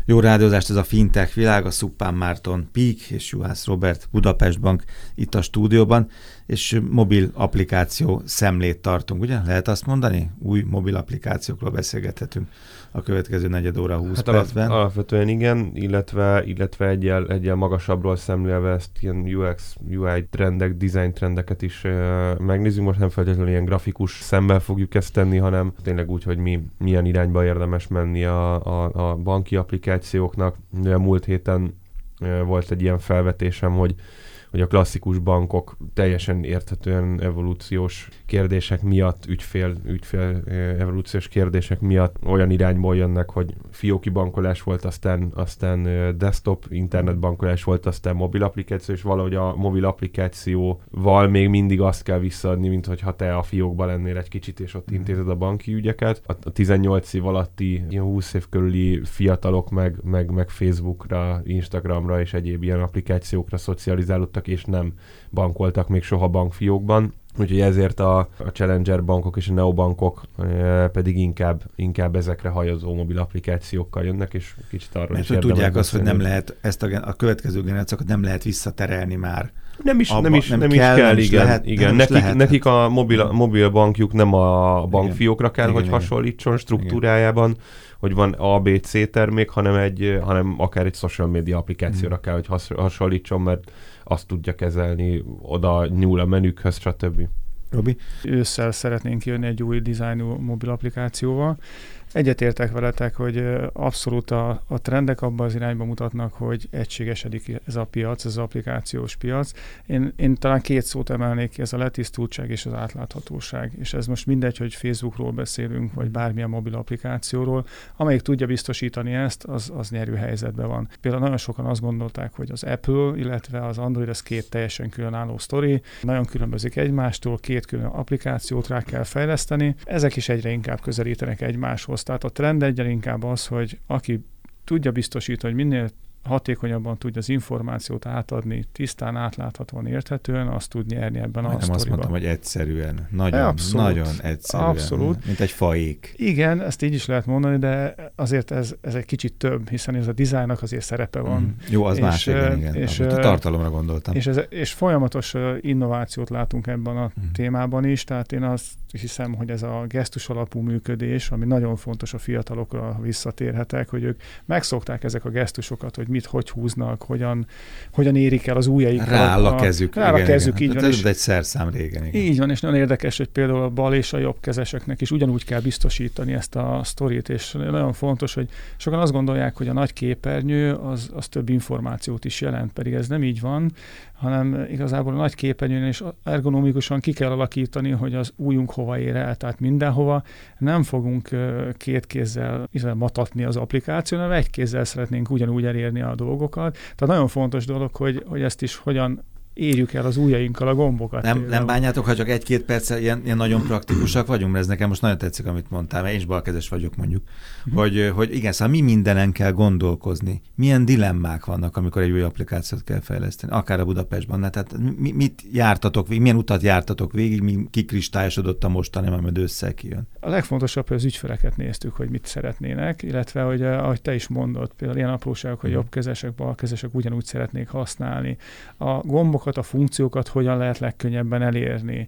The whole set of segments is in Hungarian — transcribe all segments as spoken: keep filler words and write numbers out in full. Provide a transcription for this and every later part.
Jó rádiózást, ez a fintech világ, a Szuppán Márton Pík és Juhász Robert Budapest Bank itt a stúdióban, és mobil applikáció szemlét tartunk, ugye? Lehet azt mondani? Új mobil applikációkról beszélgethetünk a következő negyed óra húsz hát percben. Alapvetően igen, illetve, illetve egyel, egyel magasabbról szemlélve ezt ilyen u iksz, u i trendek, design trendeket is uh, megnézzük. Most nem feltétlenül ilyen grafikus szemmel fogjuk ezt tenni, hanem tényleg úgy, hogy mi milyen irányba érdemes menni a, a, a banki applikációknak. A múlt héten uh, volt egy ilyen felvetésem, hogy hogy a klasszikus bankok teljesen érthetően evolúciós kérdések miatt, ügyfél, ügyfél evolúciós kérdések miatt olyan irányból jönnek, hogy fióki bankolás volt, aztán, aztán desktop, internetbankolás volt, aztán mobil applikáció, és valahogy a mobil applikációval még mindig azt kell visszaadni, mint hogyha te a fiókban lennél egy kicsit, és ott intézed a banki ügyeket. A tizennyolc év alatti, ilyen húsz év körüli fiatalok meg, meg, meg Facebookra, Instagramra és egyéb ilyen applikációkra szocializálódtak, és nem bankoltak még soha bankfiókban. Úgyhogy ezért a, a challenger bankok és a neobankok e, pedig inkább, inkább ezekre hajazó mobil applikációkkal jönnek, és kicsit arról mert is érdemes tudják azt, hogy beszélni. nem lehet ezt a, a következő generációkat nem lehet visszaterelni már. Nem is, Abba, nem is, nem nem kell, is kell, nem is igen. lehet, igen. nem is Nekik, lehet. nekik a mobil, mobil bankjuk nem a bankfiókra kell, igen, hogy igen. hasonlítson struktúrájában, igen. hogy van á bé cé termék, hanem, egy, hanem akár egy social media applikációra hmm. kell, hogy has, hasonlítson, mert azt tudja kezelni, oda nyúl a menükhöz, stb. Robi? Ősszel szeretnénk jönni egy új dizájnú mobil applikációval. Egyetértek veletek, hogy abszolút a, a trendek abban az irányba mutatnak, hogy egységesedik ez a piac, ez az applikációs piac. Én, én talán két szót emelnék ki, ez a letisztultság és az átláthatóság. És ez most mindegy, hogy Facebookról beszélünk, vagy bármilyen mobil applikációról. Amelyik tudja biztosítani ezt, az, az nyerő helyzetben van. Például nagyon sokan azt gondolták, hogy az Apple, illetve az Android, ez két teljesen különálló sztori. Nagyon különbözik egymástól, két külön applikációt rá kell fejleszteni. Ezek is egyre inkább közelítenek egymáshoz. Tehát a trend egyre inkább az, hogy aki tudja biztosítani, hogy minél hatékonyabban tudja az információt átadni, tisztán, átláthatóan, érthetően, azt tud nyerni ebben Majdnem a sztoriban. azt mondtam, hogy egyszerűen. Nagyon, abszolút, nagyon egyszerűen. Abszolút. Mint egy faék. Igen, ezt így is lehet mondani, de azért ez, ez egy kicsit több, hiszen ez a dizájnnak azért szerepe van. Mm. Jó, az és, más, igen, igen. És, a tartalomra gondoltam. És, ez, és folyamatos innovációt látunk ebben a mm. témában is, tehát én azt hiszem, hogy ez a gesztus alapú működés, ami nagyon fontos a fiatalokra, visszatérhetek, hogy ők megszokták ezek a gesztusokat, hogy mit, hogy húznak, hogyan, hogyan érik el az ujjaikat. Rááll a kezük. Rááll a kezük, így van. Ez egy szerszám régen. Igen. Így van, és nagyon érdekes, hogy például a bal és a jobb kezeseknek is ugyanúgy kell biztosítani ezt a sztorit, és nagyon fontos, hogy sokan azt gondolják, hogy a nagy képernyő az, az több információt is jelent, pedig ez nem így van, hanem igazából a nagy képernyőn is ergonomikusan ki kell alakítani, hogy az ujjunk hova ér el, tehát mindenhova. Nem fogunk két kézzel matatni az applikáción, hanem egy kézzel szeretnénk ugyanúgy elérni a dolgokat. Tehát nagyon fontos dolog, hogy, hogy ezt is hogyan érjük el az ujjainkkal a gombokat. Nem, nem bánjátok, ha csak egy-két perccel ilyen, ilyen nagyon praktikusak vagyunk, mert ez nekem most nagyon tetszik, amit mondtál, mert én is balkezes vagyok mondjuk, uh-huh. hogy, hogy igen, szóval mi mindenen kell gondolkozni, milyen dilemmák vannak, amikor egy új applikációt kell fejleszteni, akár a Budapestban, tehát mi, mit jártatok végig, milyen utat jártatok végig, mi kikristályosodott a mostani, majd össze kijön. A legfontosabb, hogy az ügyfeleket néztük, hogy mit szeretnének, illetve, hogy ahogy te is mondod, például ilyen apróságok, hogy jobbkezesek, balkezesek ugyanúgy szeretnék használni. A gombokat, a funkciókat hogyan lehet legkönnyebben elérni.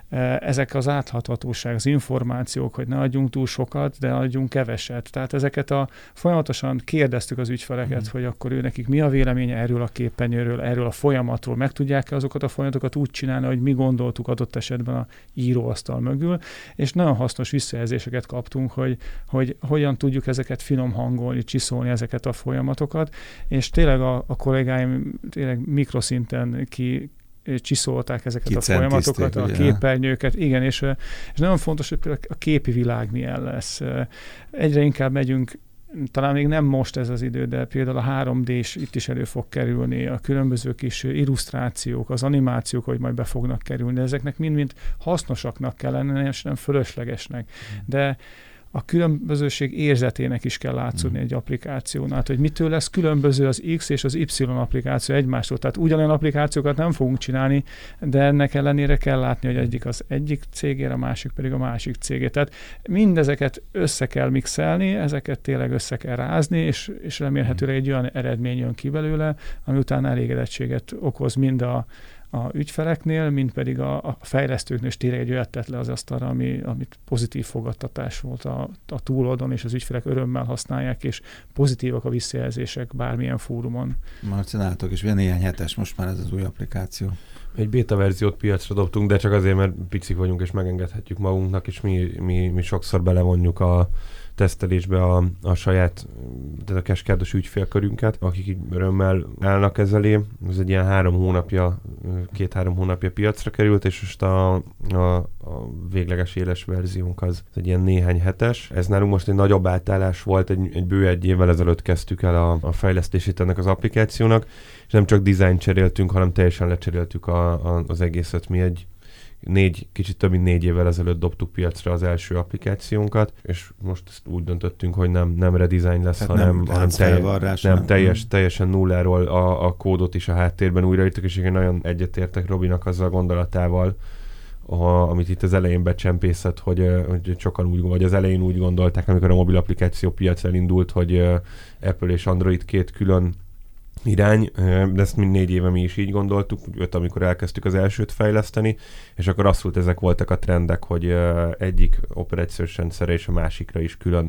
Ezek az átláthatóság, az információk, hogy ne adjunk túl sokat, de adjunk keveset. Tehát ezeket a folyamatosan kérdeztük az ügyfeleket, mm. hogy akkor ő nekik mi a véleménye erről a képernyőről, erről a folyamatról, meg tudják-e azokat a folyamatokat úgy csinálni, hogy mi gondoltuk adott esetben a íróasztal mögül, és nagyon hasznos visszajelzéseket kaptunk, hogy, hogy hogyan tudjuk ezeket finom hangolni, csiszolni ezeket a folyamatokat, és tényleg a, a kollégáim tényleg mikroszinten ki csiszolták ezeket a folyamatokat, a képernyőket, igen, és, és nagyon fontos, hogy például a képi világ milyen lesz. Egyre inkább megyünk, talán még nem most ez az idő, de például a három dés itt is elő fog kerülni, a különböző kis illusztrációk, az animációk, hogy majd be fognak kerülni, ezeknek mind-mind hasznosaknak kell lenni, és nem fölöslegesnek. De a különbözőség érzetének is kell látszódni egy applikációnál, hogy mitől lesz különböző az X és az Y applikáció egymástól. Tehát ugyanolyan applikációkat nem fogunk csinálni, de ennek ellenére kell látni, hogy egyik az egyik cégére, a másik pedig a másik cégé. Tehát mindezeket össze kell mixelni, ezeket tényleg össze kell rázni, és, és remélhetőleg egy olyan eredmény jön ki belőle, ami után elégedettséget okoz mind a a ügyfeleknél, mint pedig a, a fejlesztőknél, és tényleg egy olyat tett le az asztalra, ami, amit pozitív fogadtatás volt a, a túloldon, és az ügyfelek örömmel használják, és pozitívak a visszajelzések bármilyen fórumon. Marci, nálatok is olyan néhány hetes most már ez az új applikáció. Egy beta verziót piacra dobtunk, de csak azért, mert picik vagyunk, és megengedhetjük magunknak, és mi, mi, mi sokszor belevonjuk a tesztelésbe a, a saját, tehát a keskárdos ügyfélkörünket, akik így örömmel állnak ez elé. Ez egy ilyen három hónapja, két-három hónapja piacra került, és most a, a, a végleges éles verziónk az egy ilyen néhány hetes. Ez nálunk most egy nagyobb átállás volt, egy, egy bő egy évvel ezelőtt kezdtük el a, a fejlesztését ennek az applikációnak, és nem csak dizájn cseréltünk, hanem teljesen lecseréltük a, a, az egészet. Mi egy négy, kicsit több mint négy évvel ezelőtt dobtuk piacra az első applikációnkat, és most úgy döntöttünk, hogy nem, nem redesign lesz, hát hanem, nem, hanem, teljes, nem teljes, teljesen nulláról a, a kódot is a háttérben újraírtuk, és én nagyon egyetértek Robinak azzal a gondolatával, a, amit itt az elején becsempészett, hogy, hogy sokan úgy, vagy az elején úgy gondolták, amikor a mobil applikáció piac elindult, hogy Apple és Android két külön irány, de ezt mind négy éve mi is így gondoltuk, öt, amikor elkezdtük az elsőt fejleszteni, és akkor abszolút ezek voltak a trendek, hogy egyik operációs rendszerre és a másikra is külön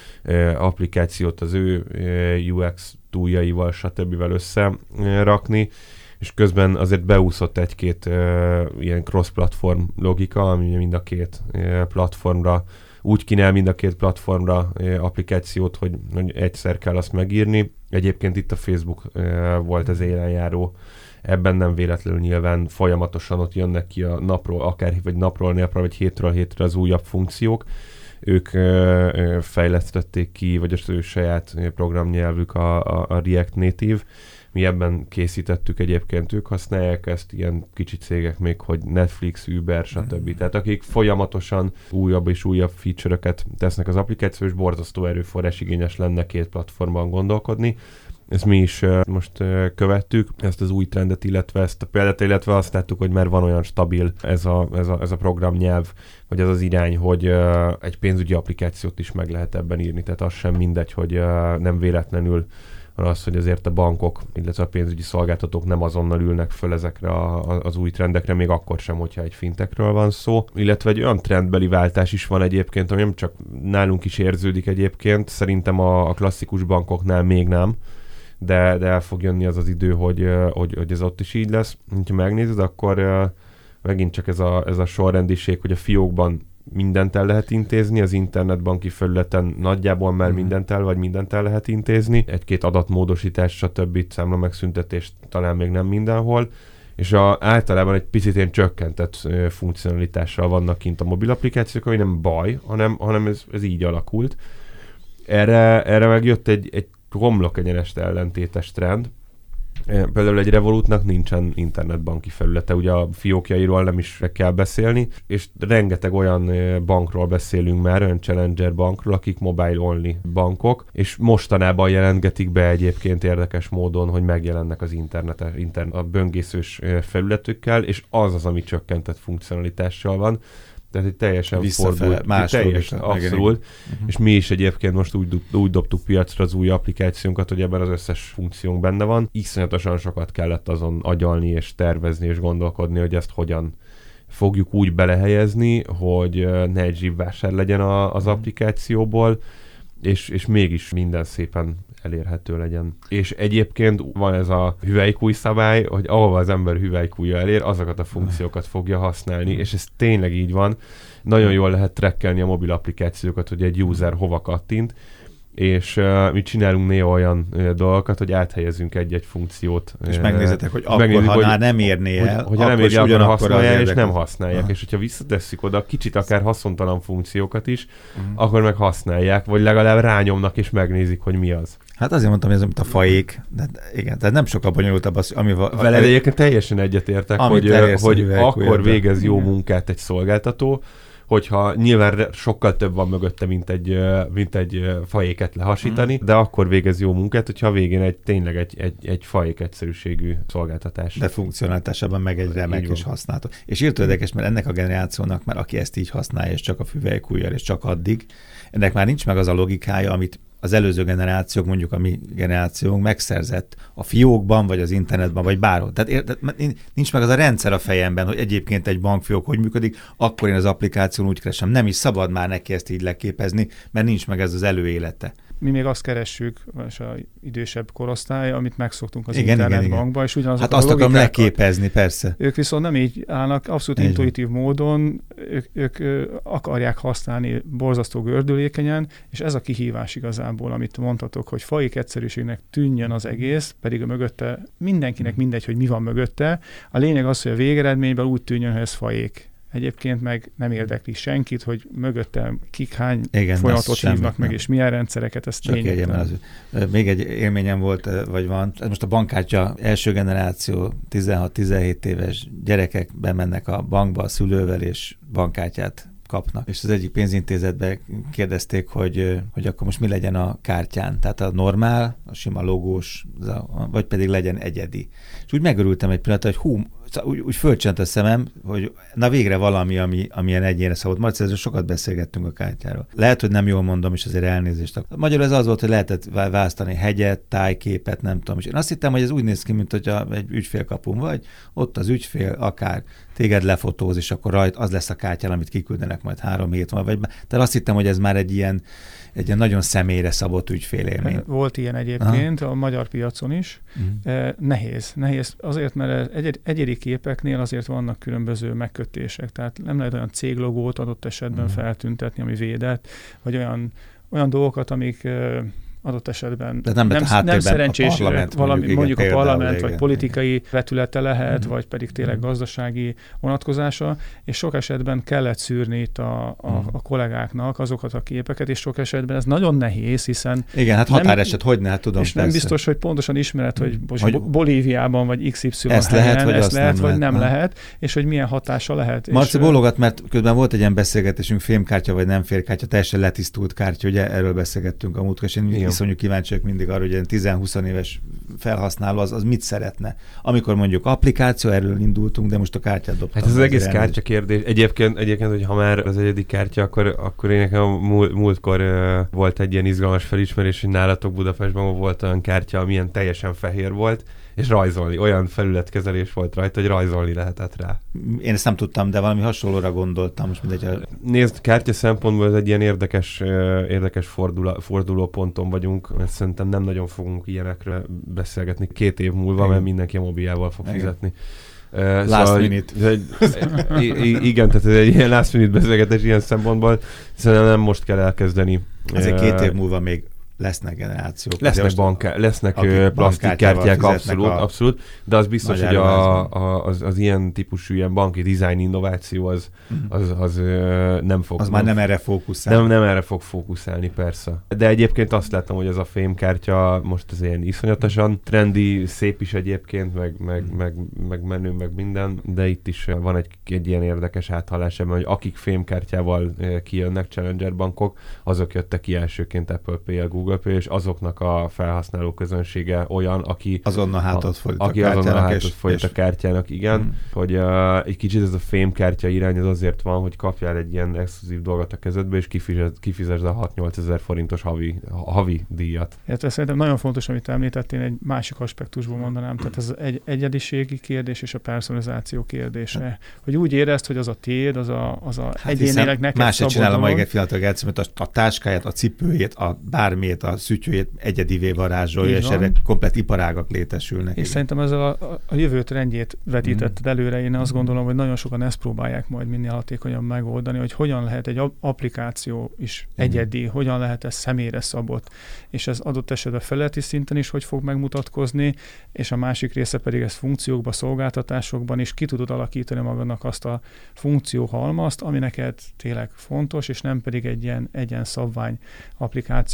applikációt az ő u iksz túljaival, stb. Összerakni, és közben azért beúszott egy-két ilyen cross-platform logika, ami mind a két platformra úgy kínál mind a két platformra applikációt, hogy, hogy egyszer kell azt megírni. Egyébként itt a Facebook volt az élenjáró. Ebben nem véletlenül nyilván folyamatosan ott jönnek ki a napról, akár vagy napról napra, vagy hétről hétre az újabb funkciók. Ők fejlesztették ki, vagy az ő saját programnyelvük a, a, a React Native. Mi ebben készítettük egyébként, ők használják ezt, ilyen kicsi cégek még, hogy Netflix, Uber, stb. Mm. Tehát akik folyamatosan újabb és újabb feature-öket tesznek az applikáció, és borzasztó erőforrás igényes lenne két platformon gondolkodni. Ezt mi is uh, most uh, követtük, ezt az új trendet, illetve ezt a példát, illetve azt láttuk, hogy már van olyan stabil ez a, ez a, ez a programnyelv, vagy ez az irány, hogy uh, egy pénzügyi applikációt is meg lehet ebben írni. Tehát az sem mindegy, hogy uh, nem véletlenül az, hogy azért a bankok, illetve a pénzügyi szolgáltatók nem azonnal ülnek föl ezekre a, az új trendekre, még akkor sem, hogyha egy fintekről van szó. Illetve egy olyan trendbeli váltás is van egyébként, ami nem csak nálunk is érződik egyébként, szerintem a, a klasszikus bankoknál még nem, de, de el fog jönni az az idő, hogy, hogy, hogy ez ott is így lesz. Ha megnézed, akkor megint csak ez a, ez a sorrendiség, hogy a fiókban mindent el lehet intézni, az internetbanki felületen nagyjából már mm. mindent el, vagy mindent el lehet intézni. Egy-két adatmódosítás, stb. Számla megszüntetést talán még nem mindenhol, és a, általában egy picit ilyen csökkentett ö, funkcionalitással vannak kint a mobil applikációk, ami nem baj, hanem, hanem ez, ez így alakult. Erre, erre meg jött egy, egy homlok egyenest ellentétes trend. Például egy Revolutnak nincsen internetbanki felülete, ugye a fiókjairól nem is kell beszélni, és rengeteg olyan bankról beszélünk már, olyan challenger bankról, akik mobile-only bankok, és mostanában jelentgetik be egyébként érdekes módon, hogy megjelennek az internet, internet a böngészős felületükkel, és az az, ami csökkentett funkcionalitással van. Tehát egy teljesen fordult, teljes, abszolút, uh-huh. És mi is egyébként most úgy, úgy dobtuk piacra az új applikációnkat, hogy ebben az összes funkciónk benne van. Iszonyatosan sokat kellett azon agyalni és tervezni és gondolkodni, hogy ezt hogyan fogjuk úgy belehelyezni, hogy ne egy zsibvásár legyen a, az applikációból, és, és mégis minden szépen elérhető legyen. És egyébként van ez a hüvelykúj szabály, hogy ahova az ember hüvelykújja elér, azokat a funkciókat fogja használni, és ez tényleg így van. Nagyon jól lehet trackelni a mobil applikációkat, hogy egy user hova kattint, és uh, mi csinálunk néha olyan uh, dolgokat, hogy áthelyezünk egy-egy funkciót. És uh, megnézitek, hogy akkor, megnézzük, ha hogy, nem érné el, hogy, hogyha nem érné, akkor használják, és nem használják. Ah. És hogyha visszatesszük oda kicsit akár haszontalan funkciókat is, uh-huh. akkor meg használják, vagy legalább rányomnak, és megnézik, hogy mi az. Hát azért mondtam, hogy ez mint a faék. De igen, tehát nem sokkal bonyolultabb az, ami... Vele egyébként teljesen egyetértek, hogy, hogy akkor végez jó munkát egy szolgáltató, hogyha nyilván sokkal több van mögötte, mint egy, mint egy fajéket lehasítani, mm. de akkor végez jó munkát, hogyha a végén egy, tényleg egy, egy, egy fajék egyszerűségű szolgáltatás. De funkcionalitásában meg egy remek és használható. És írtó érdekes, mert ennek a generációnak már aki ezt így használja, és csak a füvelykujjal, és csak addig, ennek már nincs meg az a logikája, amit az előző generációk, mondjuk a mi generációnk megszerzett a fiókban, vagy az internetben, vagy bárhol. Tehát nincs meg az a rendszer a fejemben, hogy egyébként egy bankfiók hogy működik, akkor én az applikáción úgy keresem. Nem is szabad már neki ezt így leképezni, mert nincs meg ez az előélete. Mi még azt keressük, és az idősebb korosztály, amit megszoktunk az igen, internetbankba, és ugyanazok hát azt akarom leképezni, persze. Ők viszont nem így állnak, abszolút igen. intuitív módon, ők, ők, ők akarják használni borzasztó gördülékenyen, és ez a kihívás igazából, amit mondhatok, hogy fajék egyszerűségnek tűnjön az egész, pedig a mögötte mindenkinek mindegy, hogy mi van mögötte. A lényeg az, hogy a végeredményben úgy tűnjön, hogy ez fajék. Egyébként meg nem érdekli senkit, hogy mögötte kik hány igen, folyamatot hívnak meg, nem. És milyen rendszereket, ezt lényegtelen. Még egy élményem volt, vagy van, ez most a bankkártya első generáció, tizenhat-tizenhét éves gyerekek bemennek a bankba a szülővel, és bankkártyát kapnak. És az egyik pénzintézetben kérdezték, hogy, hogy akkor most mi legyen a kártyán. Tehát a normál, a sima logós, vagy pedig legyen egyedi. És úgy megörültem egy pillanatra, hogy hú, úgy, úgy fölcsent a szemem, hogy na végre valami, ami, amilyen egyénre szabott. Marci, ezzel sokat beszélgettünk a kártyáról. Lehet, hogy nem jól mondom, és azért elnézést. Magyarul ez az volt, hogy lehetett választani hegyet, tájképet, nem tudom. És én azt hittem, hogy ez úgy néz ki, mint hogyha egy ügyfélkapun vagy, ott az ügyfél, akár téged lefotóz, és akkor rajt az lesz a kártyán, amit kiküldenek majd három hét van. Vagy, tehát azt hittem, hogy ez már egy ilyen, egy ilyen nagyon személyre szabott ügyfélélmény. Volt ilyen egyébként Aha. a magyar piacon is. Uh-huh. Nehéz. Nehéz azért, mert egy, egyedi képeknél azért vannak különböző megkötések. Tehát nem lehet olyan céglogót adott esetben uh-huh. feltüntetni, ami védett, vagy olyan, olyan dolgokat, amik adott esetben nem, nem, nem szerencsés, parlament, valami, mondjuk, mondjuk igen, a parlament, igen, vagy politikai igen. vetülete lehet, uh-huh. vagy pedig tényleg uh-huh. gazdasági vonatkozása, és sok esetben kellett szűrni itt a, a, uh-huh. a kollégáknak azokat a képeket, és sok esetben ez nagyon nehéz, hiszen... Igen, hát határeset, hogy ne, hát tudom, és persze. nem biztos, hogy pontosan ismered, hogy, hogy hogy Bolíviában, vagy iksz ipszilon ezt helyen, lehet, vagy, ezt lehet, nem vagy lehet, nem lehet, és hogy milyen hatása lehet. Marci és, bólogat, mert közben volt egy ilyen beszélgetésünk, fémkártya vagy nem félkártya, teljesen letisztult kártya, ugye erről beszélgettünk a múltkor, és én iszonyú kíváncsi mindig arra, hogy tíz-húsz éves felhasználó az, az mit szeretne. Amikor mondjuk applikáció, erről indultunk, de most a kártyát dobtam. Hát ez az egész kártya kérdés. Egyébként, egyébként, hogy ha már az egyedi kártya, akkor, akkor én nekem múlt, múltkor uh, volt egy ilyen izgalmas felismerés, hogy nálatok Budapestben volt olyan kártya, amilyen teljesen fehér volt, és rajzolni. Olyan felületkezelés volt rajta, hogy rajzolni lehetett rá. Én ezt nem tudtam, de valami hasonlóra gondoltam. Most mindegy, a... Nézd, kártya szempontból ez egy ilyen érdekes, érdekes forduló, fordulóponton vagyunk, mert szerintem nem nagyon fogunk ilyenekről beszélgetni két év múlva, igen. mert mindenki a mobiljával fog igen. fizetni. Uh, last szóval, minute. Egy, igen, tehát ez egy ilyen last minute beszélgetés ilyen szempontból, szerintem nem most kell elkezdeni. Azért két év múlva még lesznek generációk. Lesznek, banká- lesznek plastikkártyák, abszolút, abszolút, de az biztos, hogy a, a, az, az ilyen típusú ilyen banki design innováció az, az, az, az nem fog... Az már nem erre fókuszál. Nem, nem erre fog fókuszálni, persze. De egyébként azt láttam, hogy ez a fémkártya most az ilyen iszonyatosan trendi, szép is egyébként, meg, meg, mm. meg, meg menő, meg minden, de itt is van egy, egy ilyen érdekes áthallás ebben, hogy akik fémkártyával kijönnek, Challenger bankok, azok jöttek ki elsőként Apple Pay-el, Google Pay, és azoknak a felhasználó közönsége olyan, aki azonnal hátat folyt a, aki kártyának. Azonnal hátat folyt a kártyának, igen. Mm. Hogy uh, egy kicsit ez a fémkártya irány az azért van, hogy kapjál egy ilyen exkluzív dolgot a kezedbe, és kifizesd a hat-nyolc ezer forintos havi, havi díjat. Érte, szerintem nagyon fontos, amit említettél, egy másik aspektusból mondanám, tehát ez egy egyediségi kérdés és a personalizáció kérdése. Hogy úgy érezd, hogy az a tiéd, az a, az a hát egyénileg neked máshogy csinálom majd egy fiatal mert a, a táskáját, a cipőjét, a bármiét, a szütyőjét egyedivé varázsolja, és erre komplet iparágak létesülnek. És igen. szerintem ezzel a, a jövő trendjét vetítetted mm. előre. Én azt gondolom, hogy nagyon sokan ezt próbálják majd minél hatékonyan megoldani, hogy hogyan lehet egy applikáció is mm. egyedi, hogyan lehet ez személyre szabott, és ez adott esetben felületi szinten is hogy fog megmutatkozni, és a másik része pedig ez funkciókban, szolgáltatásokban is ki tudod alakítani magadnak azt a funkcióhalmazt, ami neked tényleg fontos, és nem pedig egy ilyen, egy ilyen szabvány applikáció lesz majd.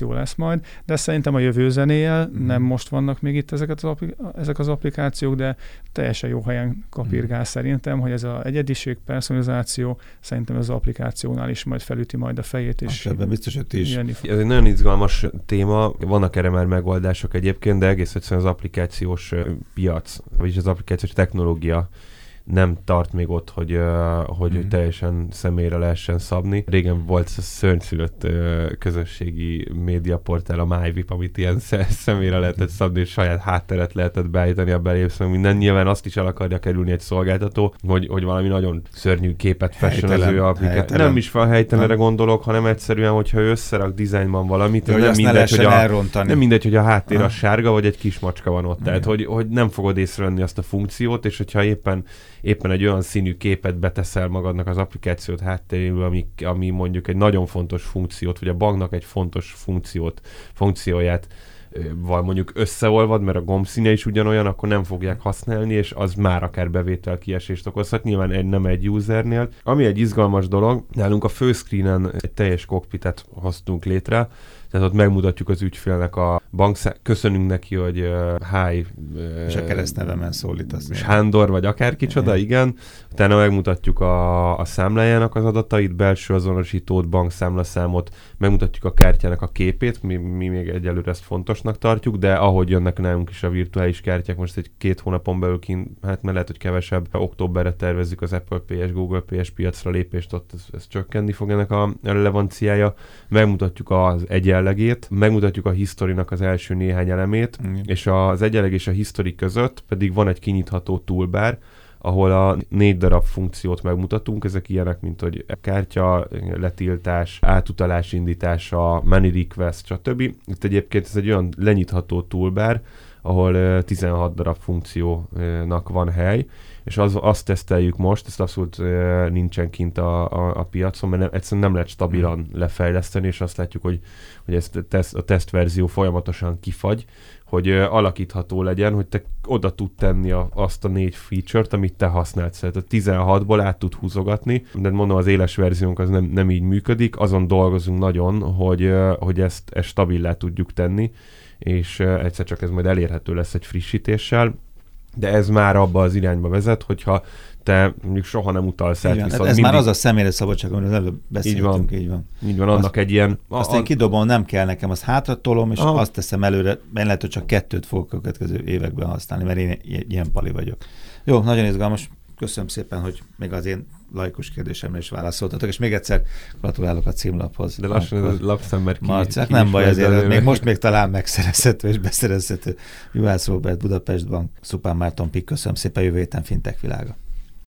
majd, de szerintem a jövő zenéjel Mm. nem most vannak még itt ezeket az appli- ezek az applikációk, de teljesen jó helyen kapirgál mm. szerintem, hogy ez az egyediség, personalizáció szerintem az applikációnál is majd felüti majd a fejét, és ebben biztos, hogy ti is. jönni fog. Ez egy nagyon izgalmas téma, vannak erre már megoldások egyébként, de egész egyszerűen az applikációs ö, piac, vagyis az applikációs technológia nem tart még ott, hogy, uh, hogy, mm. hogy teljesen személyre lehessen szabni. Régen volt a szörnyszülött uh, közösségi médiaportál, a MyVip, amit ilyen személyre lehetett szabni, és saját hátteret lehetett beállítani, a belépsz, meg minden. Nyilván azt is el akarja kerülni egy szolgáltató, hogy, hogy valami nagyon szörnyű képet fessen az ő applikáció. Nem is fel helytelenre gondolok, hanem egyszerűen, hogyha összerak dizájnban valamit, Jó, nem, mindegy, hogy a, nem mindegy, hogy a háttér ah. a sárga, vagy egy kis macska van ott. Tehát, hogy, hogy nem fogod észrevenni azt a funkciót, és hogyha éppen éppen egy olyan színű képet beteszel magadnak az applikációt háttéréből, ami, ami mondjuk egy nagyon fontos funkciót, vagy a banknak egy fontos funkciót, funkcióját vagy mondjuk összeolvad, mert a gombszíne is ugyanolyan, akkor nem fogják használni, és az már akár bevétel kiesést okozhat, nyilván egy, nem egy usernél. Ami egy izgalmas dolog, nálunk a főszkrínen egy teljes cockpitet hoztunk létre, tehát ott megmutatjuk az ügyfélnek a bankszá... Köszönünk neki, hogy uh, hi... Uh, és a keresztnevemen szólítasz. Sándor, vagy akárkicsoda, igen. Utána megmutatjuk a, a számlájának az adatait, belső azonosítót, bankszámlaszámot, megmutatjuk a kártyának a képét, mi, mi még egyelőre ezt fontosnak tartjuk, de ahogy jönnek nálunk is a virtuális kártyák, most egy két hónapon belül kint, hát mert lehet, hogy kevesebb, októberre tervezzük az Apple Pay-es, Google Pay-es piacra lépést, ott ez, ez csökkenni fog ennek a relevanciája. Megmutatjuk az egyenlegét, megmutatjuk a historinak az első néhány elemét, mm. és az egyenleg és a history között pedig van egy kinyitható toolbar, ahol a négy darab funkciót megmutatunk, ezek ilyenek, mint hogy kártya, letiltás, átutalás indítása, money request, stb. Itt egyébként ez egy olyan lenyitható toolbar, ahol tizenhat darab funkciónak van hely, és az, azt teszteljük most, ezt abszolút e, nincsen kint a, a, a piacon, mert nem, egyszerűen nem lehet stabilan lefejleszteni, és azt látjuk, hogy, hogy ezt a, teszt, a tesztverzió folyamatosan kifagy, hogy e, alakítható legyen, hogy te oda tud tenni a, azt a négy feature-t, amit te használsz. Tehát a tizenhatból át tud húzogatni, de mondom, az éles verziónk az nem, nem így működik, azon dolgozunk nagyon, hogy, e, hogy ezt, ezt stabilá tudjuk tenni, és e, egyszer csak ez majd elérhető lesz egy frissítéssel, de ez már abba az irányba vezet, hogyha te mondjuk soha nem utalsz át. Ez mindig... már az a személyre szabadság, amiről előbb beszéltünk. Így van. Így van, annak azt, egy ilyen... Azt a, én kidobom, nem kell nekem, azt hátratolom, és aha. azt teszem előre, mert lehet, hogy csak kettőt fogok a következő években használni, mert én ilyen pali vagyok. Jó, nagyon izgalmas. Köszönöm szépen, hogy még az én laikus kérdésemre is válaszoltatok, és még egyszer gratulálok a címlaphoz. De lassan a lapszember ki. Marcák, nem baj, azért még most még talán megszerezhető és beszerezhető. Juhász Róbert, Budapest Bank, Szupán Márton Pik, köszönöm szépen, jövő héten Fintech Világa.